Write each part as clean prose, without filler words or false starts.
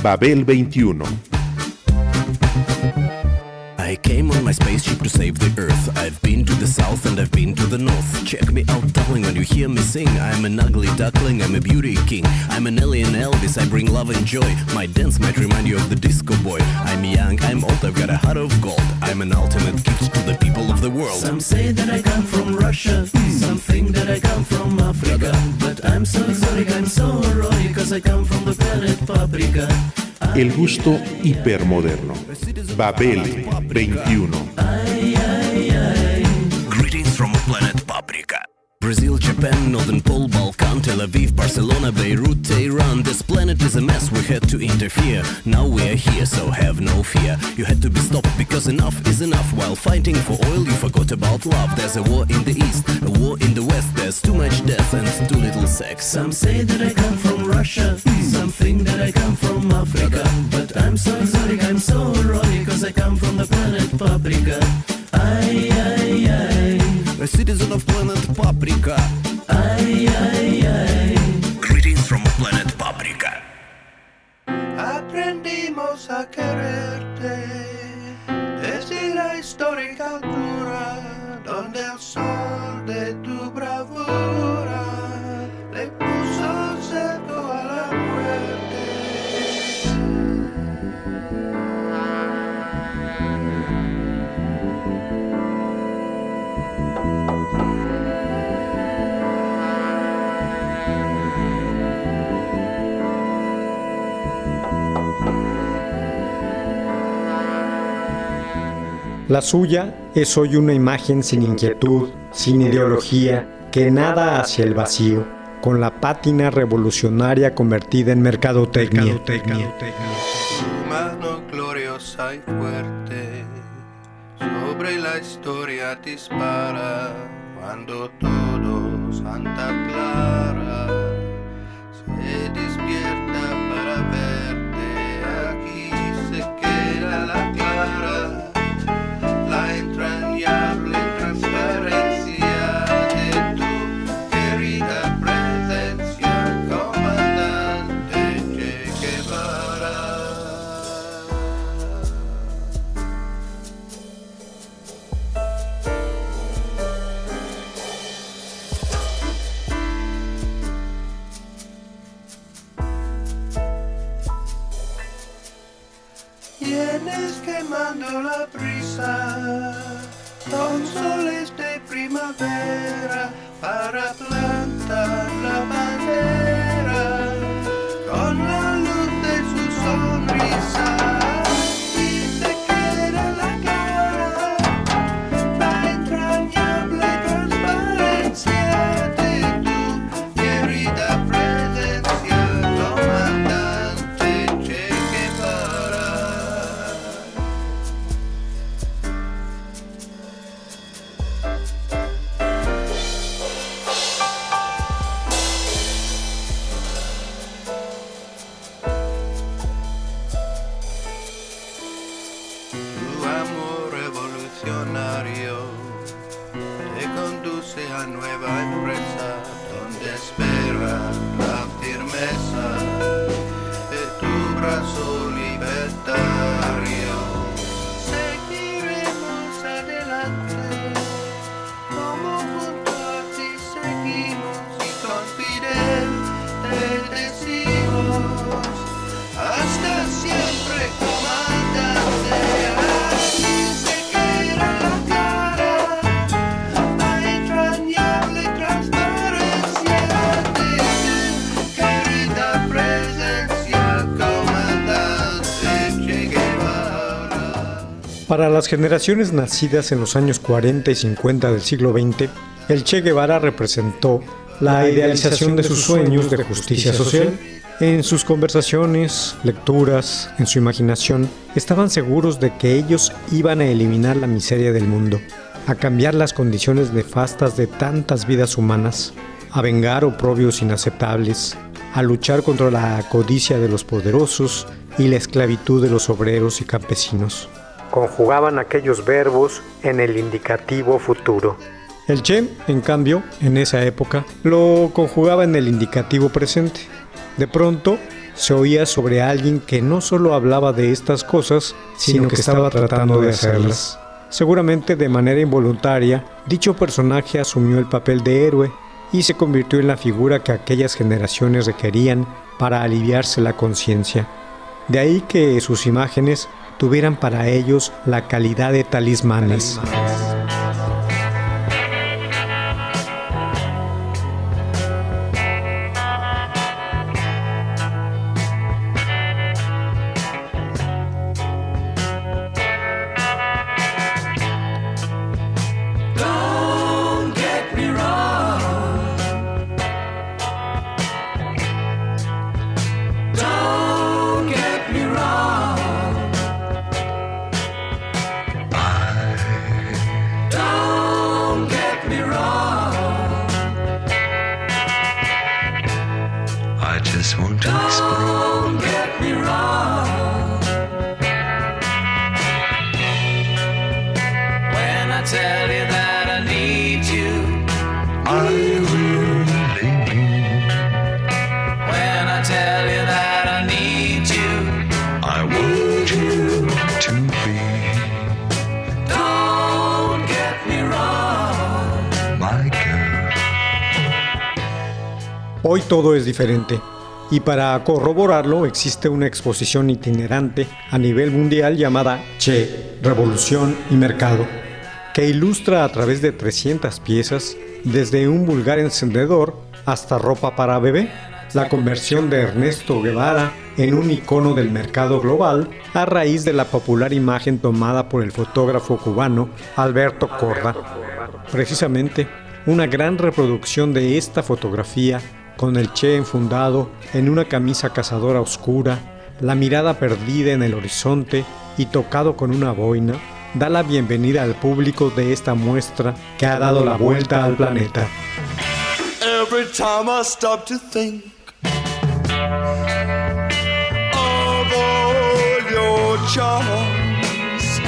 Babel 21. I came on my spaceship to save the Earth. I've been to the south and I've been to the north. Check me out, darling, when you hear me sing. I'm an ugly duckling, I'm a beauty king. I'm an alien Elvis, I bring love and joy. My dance might remind you of the disco boy. I'm young, I'm old, I've got a heart of gold. I'm an ultimate gift to the people of the world. Some say that I come from Russia, some think that I come from Africa. But I'm so exotic, I'm so erotic, cause I come from the planet Paprika. El gusto hipermoderno. Babel 21. Greetings from planet Paprika. Brazil, Japan, Northern Pole, Balkan, Tel Aviv, Barcelona, Beirut, Tehran. This planet is a mess, we had to interfere. Now we are here, so have no fear. You had to be stopped because enough is enough. While fighting for oil, you forgot about love. There's a war in the east, a war in the west. There's too much death and too little sex. Some say that I come from Russia, some think that I come from Africa. But I'm so exotic, I'm so erotic, cause I come from the planet Paprika. Ay, ay, ay. A citizen of planet Paprika. Ay, ay, ay. Greetings from planet Paprika. Aprendimos a quererte desde la histórica altura, donde el sol de tu bravura le puso cerco a la muerte. La suya es hoy una imagen sin inquietud, sin ideología, que nada hacia el vacío, con la pátina revolucionaria convertida en mercadotecnia. Tu mano gloriosa y fuerte sobre la historia dispara, cuando todo Santa Clara se despierta para verte. Aquí se queda la clara, la entrañable transparencia de tu querida presencia, comandante Che Guevara. Vienes quemando la brisa con soles de primavera para plantar la bandera con la luz de su sonrisa. Y se queda la clara, la entrañable transparencia de tu querida presencia, comandante Che Guevara. Tu amor revolucionario te conduce a nueva empresa, donde espera la firmeza de tu brazo libertario. Seguiremos adelante, como junto a ti seguimos, y con Fidel te decimos hasta siempre, comandante. Aquí se queda la clara, la entrañable transparencia de tu querida presencia, comandante Che Guevara. Para las generaciones nacidas en los años 40 y 50 del siglo XX, el Che Guevara representó la idealización de sus sueños de justicia social. En sus conversaciones, lecturas, en su imaginación, estaban seguros de que ellos iban a eliminar la miseria del mundo, a cambiar las condiciones nefastas de tantas vidas humanas, a vengar oprobios inaceptables, a luchar contra la codicia de los poderosos y la esclavitud de los obreros y campesinos. Conjugaban aquellos verbos en el indicativo futuro. El Che, en cambio, en esa época, lo conjugaba en el indicativo presente. De pronto, se oía sobre alguien que no solo hablaba de estas cosas, sino que estaba tratando de hacerlas. Seguramente de manera involuntaria, dicho personaje asumió el papel de héroe y se convirtió en la figura que aquellas generaciones requerían para aliviarse la conciencia. De ahí que sus imágenes tuvieran para ellos la calidad de talismanes. Hoy todo es diferente, y para corroborarlo existe una exposición itinerante a nivel mundial llamada Che, Revolución y Mercado, que ilustra a través de 300 piezas, desde un vulgar encendedor hasta ropa para bebé, la conversión de Ernesto Guevara en un icono del mercado global a raíz de la popular imagen tomada por el fotógrafo cubano Alberto Korda. Precisamente, una gran reproducción de esta fotografía con el Che enfundado en una camisa cazadora oscura, la mirada perdida en el horizonte y tocado con una boina, da la bienvenida al público de esta muestra que ha dado la vuelta al planeta. Every time I stop to think of all your charms,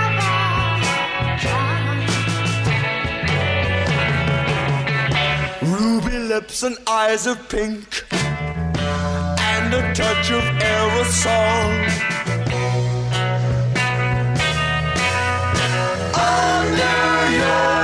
ruby lips and eyes of pink, and a touch of aerosol. Under your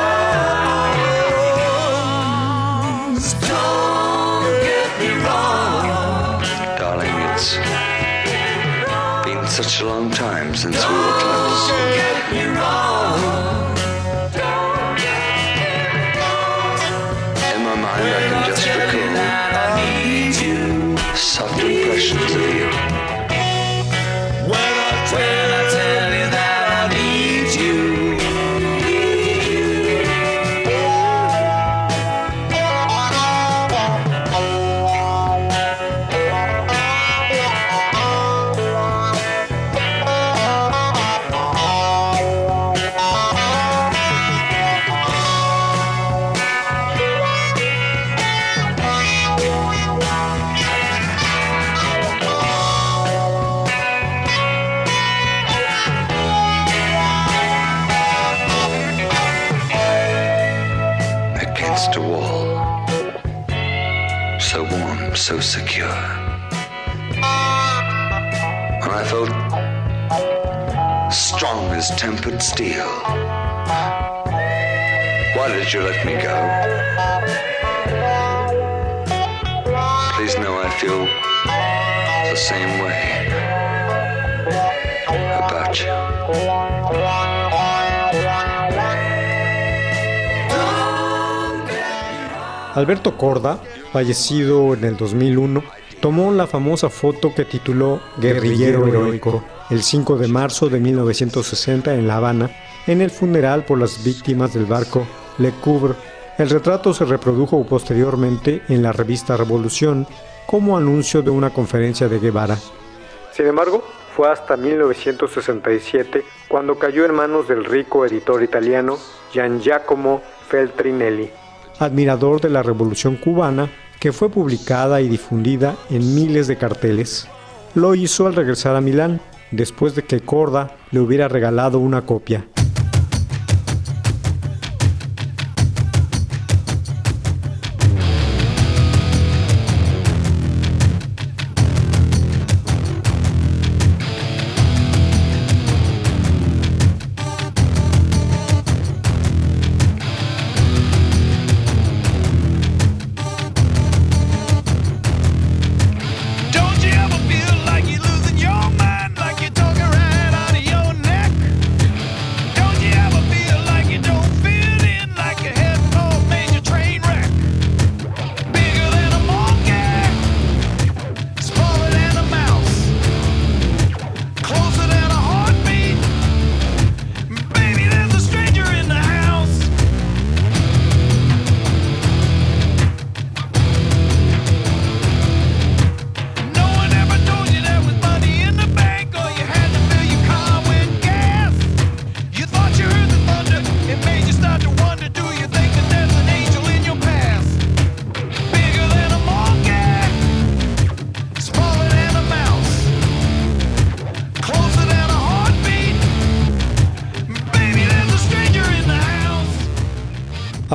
arms, don't get me wrong. Darling, it's been such a long time since we were close. Don't get me wrong. In my mind, I can just recall soft impressions of you. When I tell you that I need you. Against a wall, so warm, so secure. When I felt strong as tempered steel, why did you let me go? Please know I feel the same way about you. Alberto Korda, fallecido en el 2001, tomó la famosa foto que tituló Guerrillero Heroico el 5 de marzo de 1960 en La Habana, en el funeral por las víctimas del barco Le Couvreur. El retrato se reprodujo posteriormente en la revista Revolución como anuncio de una conferencia de Guevara. Sin embargo, fue hasta 1967 cuando cayó en manos del rico editor italiano Gian Giacomo Feltrinelli, admirador de la Revolución Cubana, que fue publicada y difundida en miles de carteles. Lo hizo al regresar a Milán, después de que Korda le hubiera regalado una copia.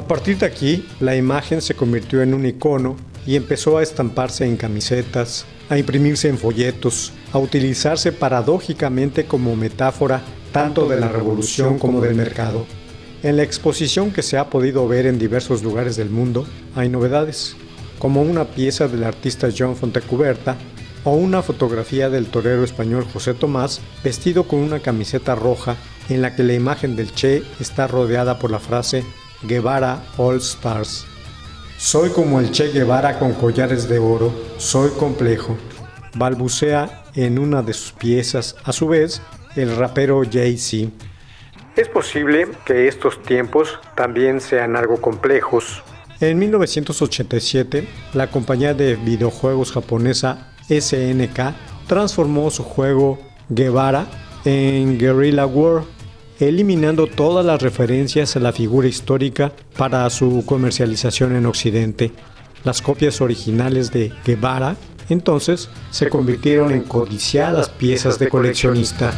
A partir de aquí, la imagen se convirtió en un icono y empezó a estamparse en camisetas, a imprimirse en folletos, a utilizarse paradójicamente como metáfora tanto de la revolución como del mercado. En la exposición que se ha podido ver en diversos lugares del mundo, hay novedades, como una pieza del artista John Fontecuberta o una fotografía del torero español José Tomás vestido con una camiseta roja en la que la imagen del Che está rodeada por la frase Guevara All Stars. Soy como el Che Guevara con collares de oro, soy complejo, balbucea en una de sus piezas, a su vez, el rapero Jay-Z. Es posible que estos tiempos también sean algo complejos. En 1987, la compañía de videojuegos japonesa SNK transformó su juego Guevara en Guerrilla War, eliminando todas las referencias a la figura histórica para su comercialización en Occidente. Las copias originales de Guevara, entonces, se convirtieron en codiciadas piezas de coleccionista.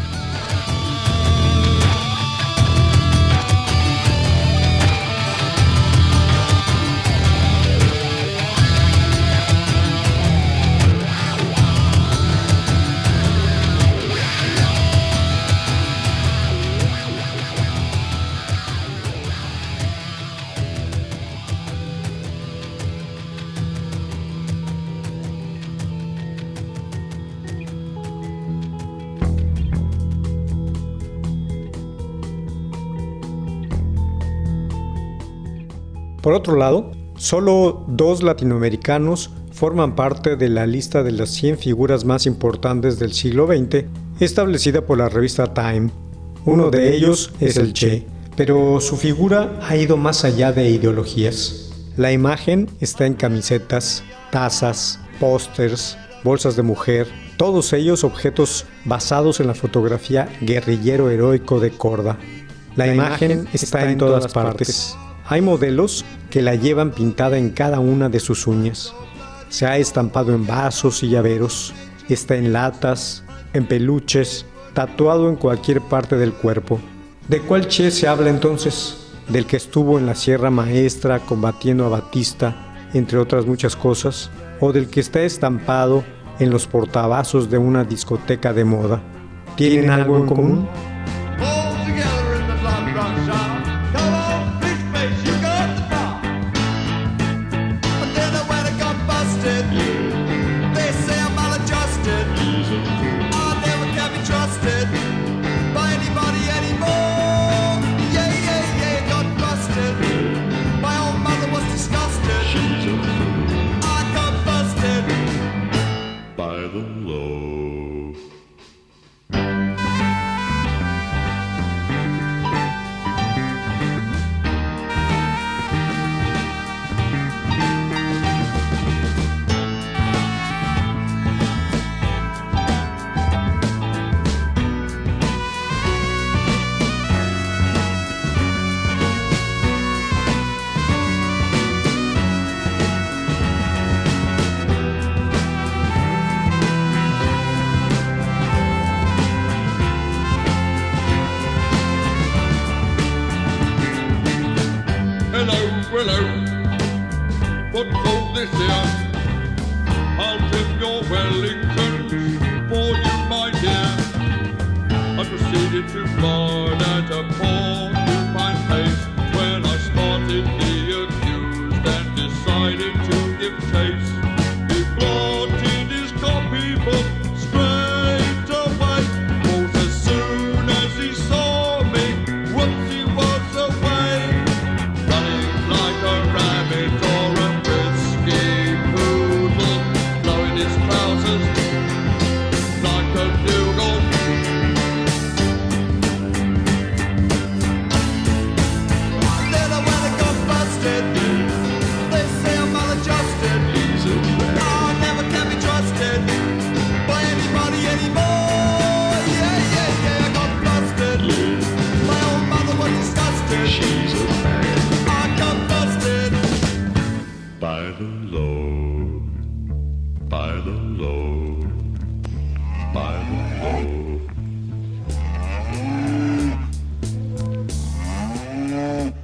Por otro lado, solo 2 latinoamericanos forman parte de la lista de las 100 figuras más importantes del siglo XX, establecida por la revista Time. Uno de ellos es el Che, pero su figura ha ido más allá de ideologías. La imagen está en camisetas, tazas, pósters, bolsas de mujer, todos ellos objetos basados en la fotografía guerrillero heroico de Korda. La imagen está en todas partes. Hay modelos que la llevan pintada en cada una de sus uñas. Se ha estampado en vasos y llaveros, está en latas, en peluches, tatuado en cualquier parte del cuerpo. ¿De cuál Che se habla entonces? ¿Del que estuvo en la Sierra Maestra combatiendo a Batista, entre otras muchas cosas? ¿O del que está estampado en los portavasos de una discoteca de moda? ¿Tienen algo en común?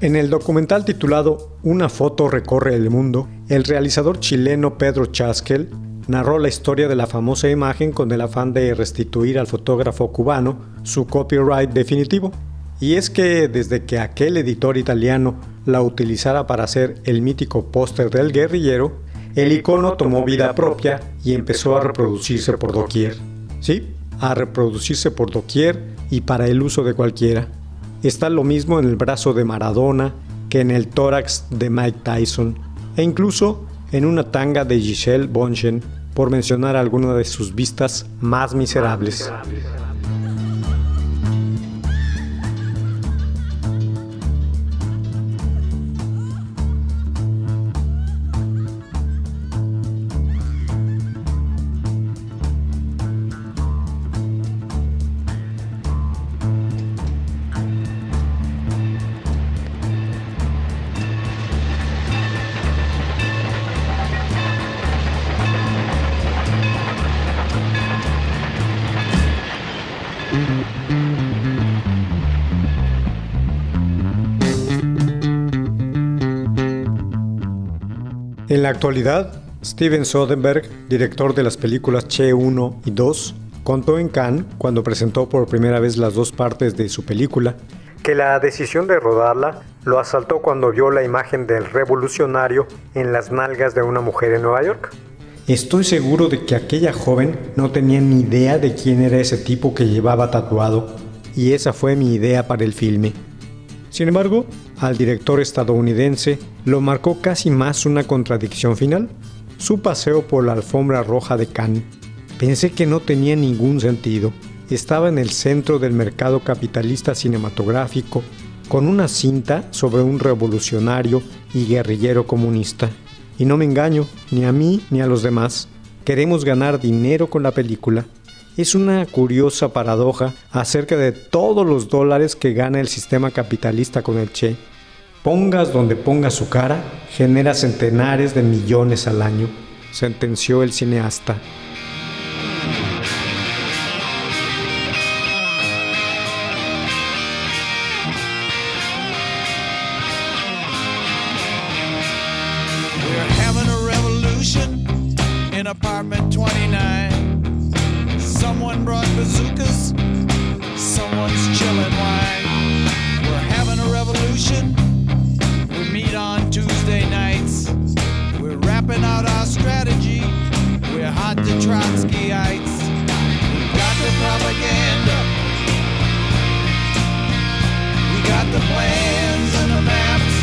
En el documental titulado Una foto recorre el mundo, el realizador chileno Pedro Chaskel narró la historia de la famosa imagen con el afán de restituir al fotógrafo cubano su copyright definitivo. Y es que desde que aquel editor italiano la utilizara para hacer el mítico póster del guerrillero, el icono tomó vida propia y empezó a reproducirse por doquier. Sí, a reproducirse por doquier y para el uso de cualquiera. Está lo mismo en el brazo de Maradona que en el tórax de Mike Tyson e incluso en una tanga de Gisele Bündchen, por mencionar alguna de sus vistas más miserables. En la actualidad, Steven Soderbergh, director de las películas Che 1 y 2, contó en Cannes, cuando presentó por primera vez las dos partes de su película, que la decisión de rodarla lo asaltó cuando vio la imagen del revolucionario en las nalgas de una mujer en Nueva York. Estoy seguro de que aquella joven no tenía ni idea de quién era ese tipo que llevaba tatuado, y esa fue mi idea para el filme. Sin embargo, al director estadounidense lo marcó casi más una contradicción final: su paseo por la alfombra roja de Cannes. Pensé que no tenía ningún sentido. Estaba en el centro del mercado capitalista cinematográfico, con una cinta sobre un revolucionario y guerrillero comunista. Y no me engaño, ni a mí ni a los demás. Queremos ganar dinero con la película. Es una curiosa paradoja acerca de todos los dólares que gana el sistema capitalista con el Che. Pongas donde pongas su cara, genera centenares de millones al año, sentenció el cineasta. We're having a revolution in apartment 29. Someone brought bazookas, someone's chillin' wine. We're having a revolution, we meet on Tuesday nights. We're rapping out our strategy, we're hot to Trotskyites. We got the propaganda, we got the plans and the maps.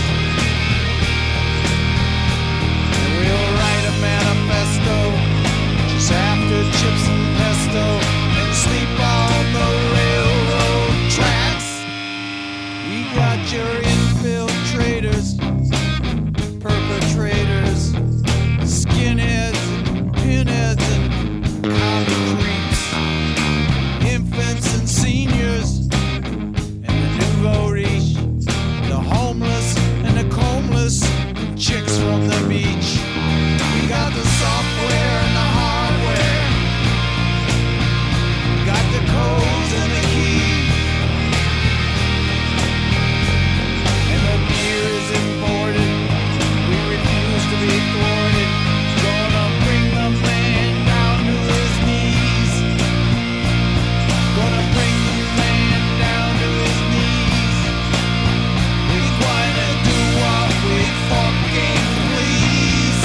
And we'll write a manifesto just after chips and pesto, and sleep on the railroad tracks. We got your infiltrators, perpetrators, skinheads, pinheads, and commie creeps, infants and seniors, and the nouveau riche, the homeless and the comeless, chicks from the beach. We got the software and the hardware, got the codes and the keys, and the beer is imported, we refuse to be thwarted. Gonna bring the man down to his knees, gonna bring the man down to his knees. We're gonna do what we fucking please.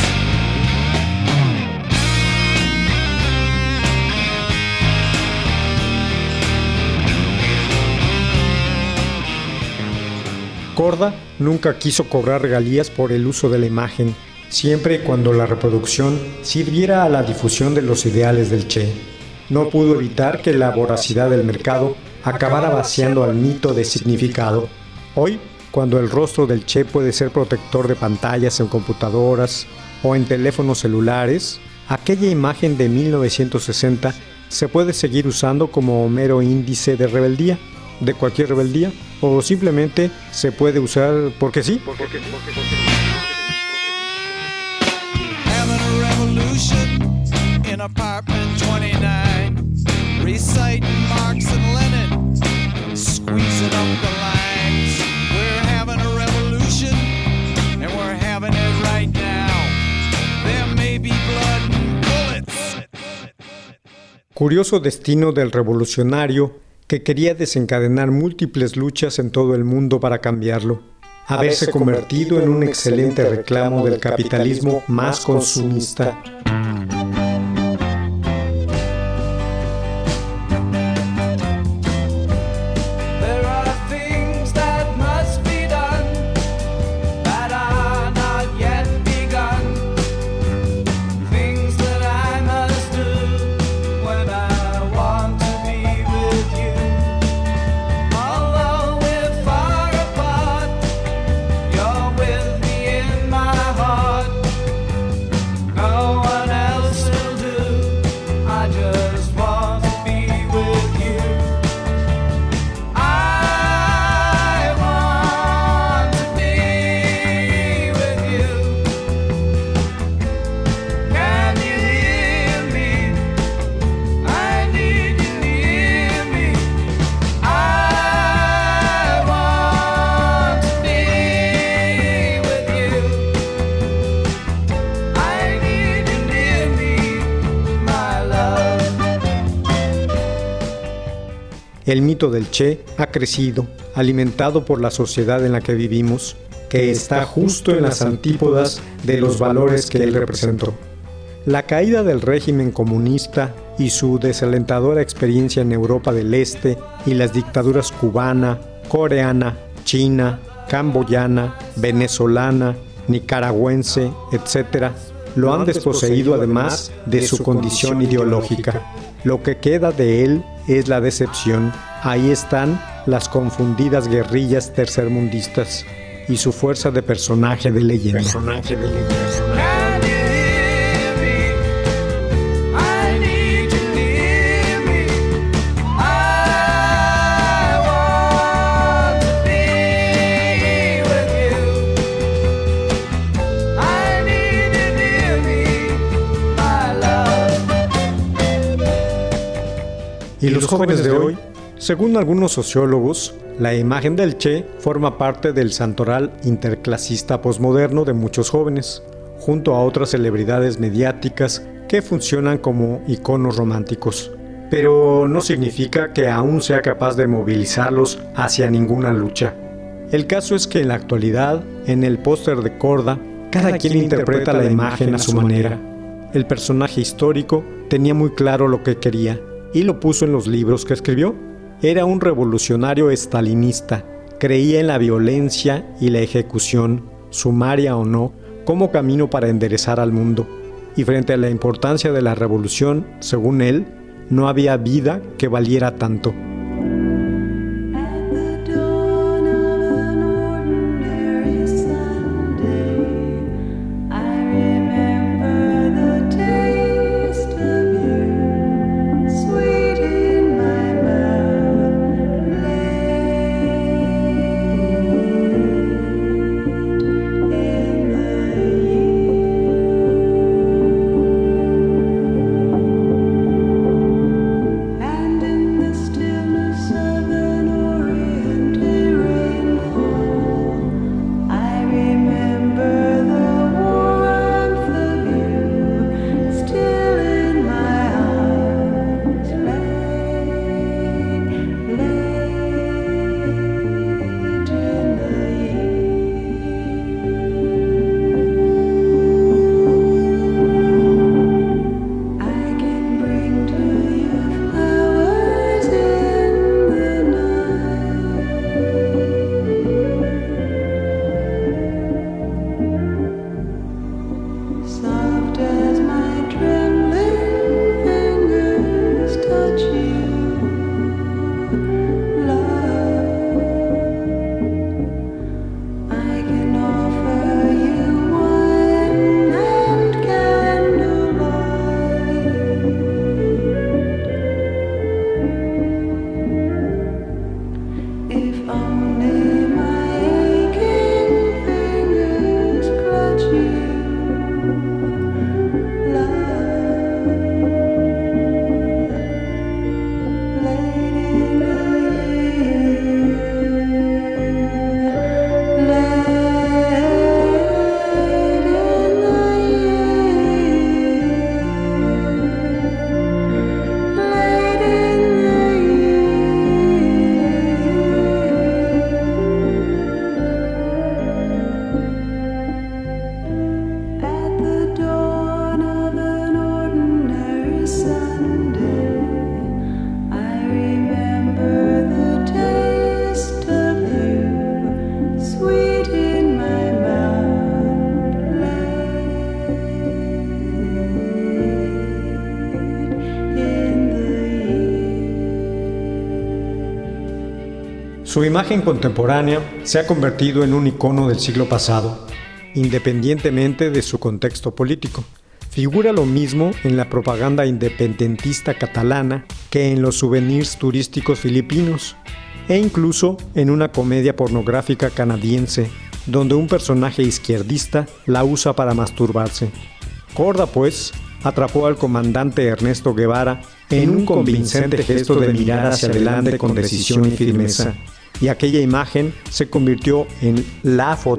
Korda nunca quiso cobrar regalías por el uso de la imagen, siempre y cuando la reproducción sirviera a la difusión de los ideales del Che. No pudo evitar que la voracidad del mercado acabara vaciando al mito de significado. Hoy, cuando el rostro del Che puede ser protector de pantallas en computadoras o en teléfonos celulares, aquella imagen de 1960 se puede seguir usando como mero índice de rebeldía, de cualquier rebeldía, o simplemente se puede usar porque sí. Having a revolution in apartment 29, reciting Marx and Lenin, squeezing up the lines. We're having a revolution baby blood and bullets. Curioso destino del revolucionario que quería desencadenar múltiples luchas en todo el mundo para cambiarlo. Haberse convertido en un excelente reclamo del capitalismo más consumista. El mito del Che ha crecido, alimentado por la sociedad en la que vivimos, que está justo en las antípodas de los valores que él representó. La caída del régimen comunista y su desalentadora experiencia en Europa del Este y las dictaduras cubana, coreana, china, camboyana, venezolana, nicaragüense, etc., lo han desposeído además de su condición ideológica. Lo que queda de él es la decepción. Ahí están las confundidas guerrillas tercermundistas y su fuerza de personaje de leyenda. Y los jóvenes de hoy, según algunos sociólogos, la imagen del Che forma parte del santoral interclasista posmoderno de muchos jóvenes, junto a otras celebridades mediáticas que funcionan como iconos románticos. Pero no significa que aún sea capaz de movilizarlos hacia ninguna lucha. El caso es que en la actualidad, en el póster de Korda, cada quien interpreta la imagen a su manera. El personaje histórico tenía muy claro lo que quería, y lo puso en los libros que escribió. Era un revolucionario estalinista, creía en la violencia y la ejecución, sumaria o no, como camino para enderezar al mundo. Y frente a la importancia de la revolución, según él, no había vida que valiera tanto. And in the still Su imagen contemporánea se ha convertido en un icono del siglo pasado, independientemente de su contexto político. Figura lo mismo en la propaganda independentista catalana que en los souvenirs turísticos filipinos, e incluso en una comedia pornográfica canadiense, donde un personaje izquierdista la usa para masturbarse. Korda, pues, atrapó al comandante Ernesto Guevara en un convincente gesto de mirar hacia adelante con decisión y firmeza, y aquella imagen se convirtió en la foto.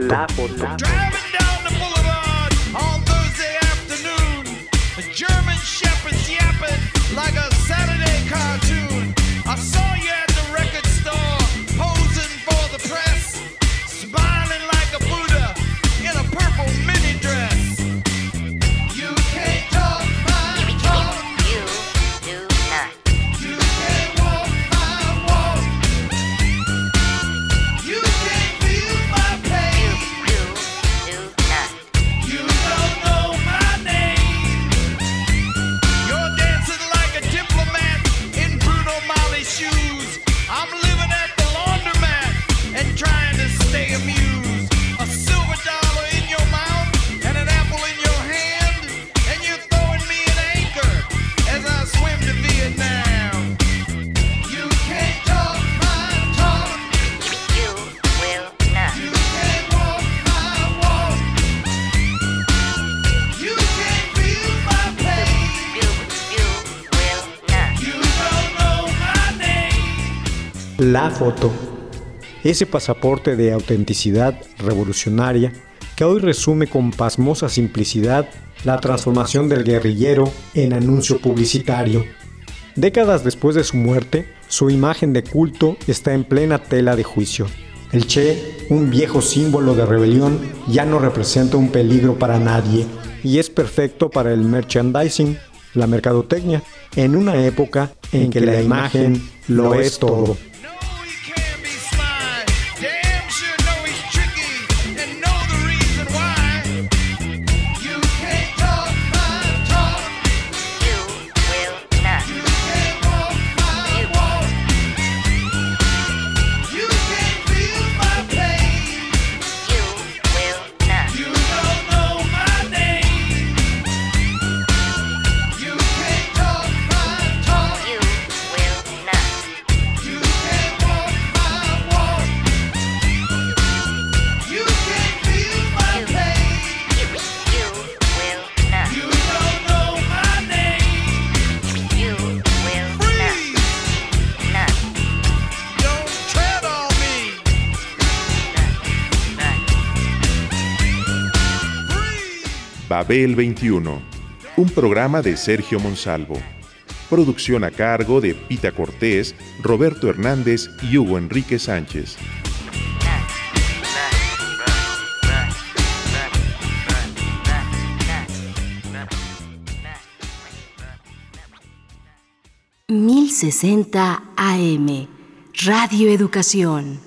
La foto, ese pasaporte de autenticidad revolucionaria que hoy resume con pasmosa simplicidad la transformación del guerrillero en anuncio publicitario. Décadas después de su muerte, su imagen de culto está en plena tela de juicio. El Che, un viejo símbolo de rebelión, ya no representa un peligro para nadie y es perfecto para el merchandising, la mercadotecnia, en una época en que la imagen lo es todo. Babel 21, un programa de Sergio Monsalvo. Producción a cargo de Pita Cortés, Roberto Hernández y Hugo Enrique Sánchez. ...1060 AM, Radio Educación.